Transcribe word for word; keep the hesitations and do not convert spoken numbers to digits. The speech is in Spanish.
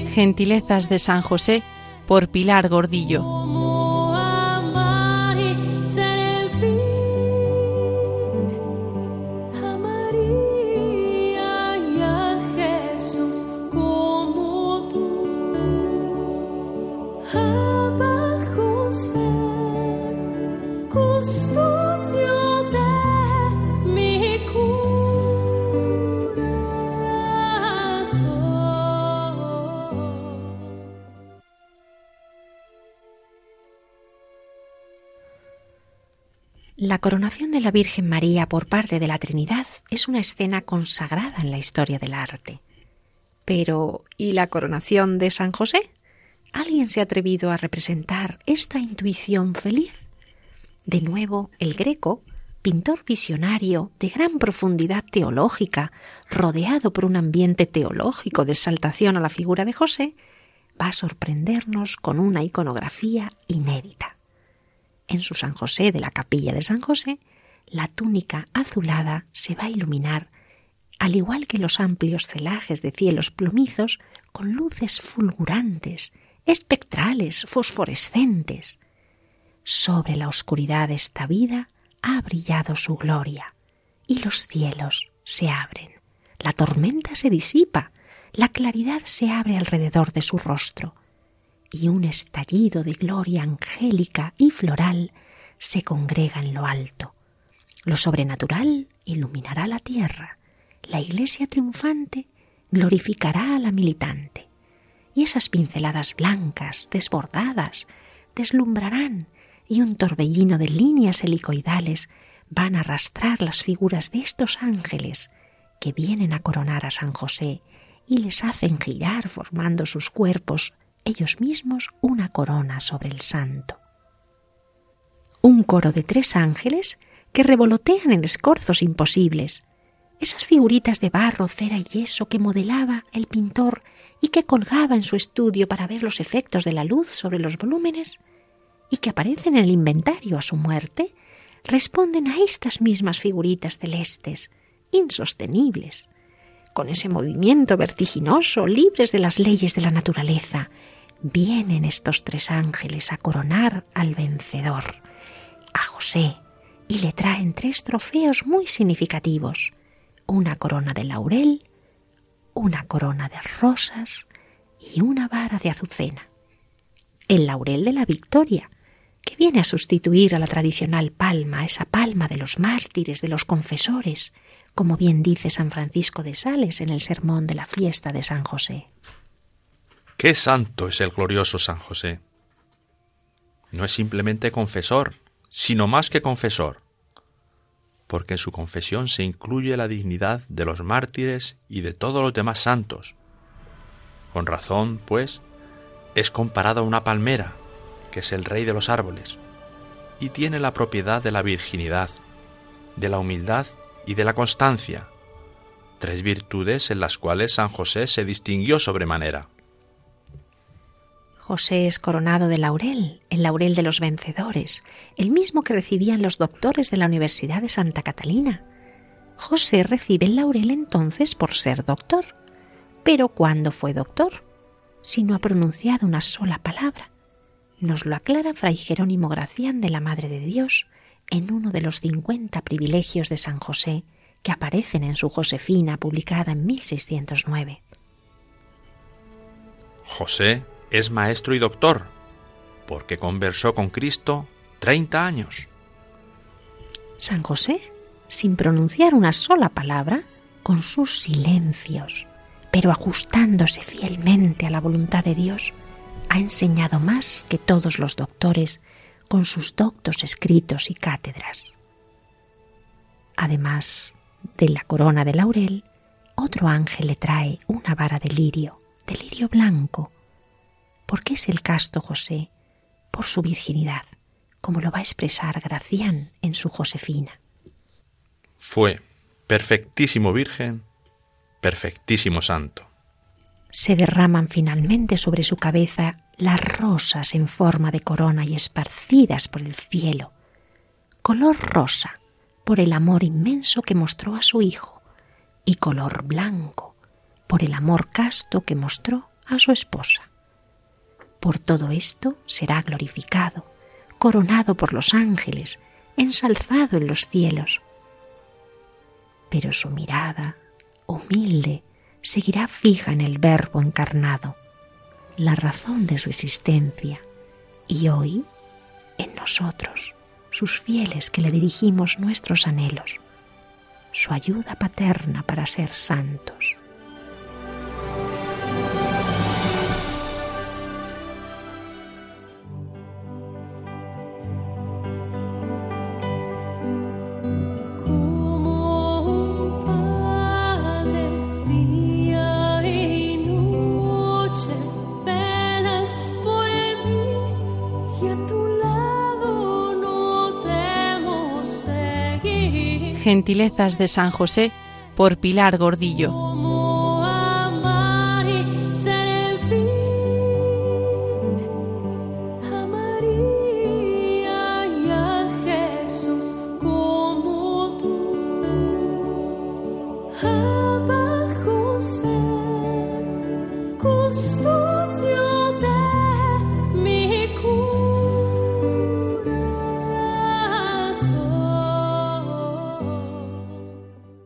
Gentilezas de San José, por Pilar Gordillo. La coronación de la Virgen María por parte de la Trinidad es una escena consagrada en la historia del arte. Pero, ¿y la coronación de San José? ¿Alguien se ha atrevido a representar esta intuición feliz? De nuevo, el Greco, pintor visionario de gran profundidad teológica, rodeado por un ambiente teológico de exaltación a la figura de José, va a sorprendernos con una iconografía inédita. En su San José de la capilla de San José, la túnica azulada se va a iluminar, al igual que los amplios celajes de cielos plomizos, con luces fulgurantes, espectrales, fosforescentes. Sobre la oscuridad de esta vida ha brillado su gloria, y los cielos se abren. La tormenta se disipa, la claridad se abre alrededor de su rostro, y un estallido de gloria angélica y floral se congrega en lo alto. Lo sobrenatural iluminará la tierra, la iglesia triunfante glorificará a la militante, y esas pinceladas blancas, desbordadas, deslumbrarán, y un torbellino de líneas helicoidales van a arrastrar las figuras de estos ángeles que vienen a coronar a San José y les hacen girar formando sus cuerpos ellos mismos una corona sobre el santo. Un coro de tres ángeles que revolotean en escorzos imposibles, esas figuritas de barro, cera y yeso que modelaba el pintor y que colgaba en su estudio para ver los efectos de la luz sobre los volúmenes y que aparecen en el inventario a su muerte, responden a estas mismas figuritas celestes, insostenibles, con ese movimiento vertiginoso, libres de las leyes de la naturaleza. Vienen estos tres ángeles a coronar al vencedor, a José, y le traen tres trofeos muy significativos: una corona de laurel, una corona de rosas y una vara de azucena. El laurel de la victoria, que viene a sustituir a la tradicional palma, esa palma de los mártires, de los confesores, como bien dice San Francisco de Sales en el sermón de la fiesta de San José. ¡Qué santo es el glorioso San José! No es simplemente confesor, sino más que confesor, porque en su confesión se incluye la dignidad de los mártires y de todos los demás santos. Con razón, pues, es comparado a una palmera, que es el rey de los árboles, y tiene la propiedad de la virginidad, de la humildad y de la constancia, tres virtudes en las cuales San José se distinguió sobremanera. José es coronado de laurel, el laurel de los vencedores, el mismo que recibían los doctores de la Universidad de Santa Catalina. José recibe el laurel entonces por ser doctor. Pero ¿cuándo fue doctor? Si no ha pronunciado una sola palabra. Nos lo aclara Fray Jerónimo Gracián de la Madre de Dios en uno de los cincuenta privilegios de San José que aparecen en su Josefina publicada en mil seiscientos nueve. José es maestro y doctor, porque conversó con Cristo treinta años. San José, sin pronunciar una sola palabra, con sus silencios, pero ajustándose fielmente a la voluntad de Dios, ha enseñado más que todos los doctores con sus doctos escritos y cátedras. Además de la corona de laurel, otro ángel le trae una vara de lirio, de lirio blanco. ¿Por qué es el casto José? Por su virginidad, como lo va a expresar Gracián en su Josefina. Fue perfectísimo virgen, perfectísimo santo. Se derraman finalmente sobre su cabeza las rosas en forma de corona y esparcidas por el cielo, color rosa por el amor inmenso que mostró a su hijo y color blanco por el amor casto que mostró a su esposa. Por todo esto será glorificado, coronado por los ángeles, ensalzado en los cielos. Pero su mirada, humilde, seguirá fija en el Verbo encarnado, la razón de su existencia, y hoy en nosotros, sus fieles que le dirigimos nuestros anhelos, su ayuda paterna para ser santos. Gentilezas de San José por Pilar Gordillo.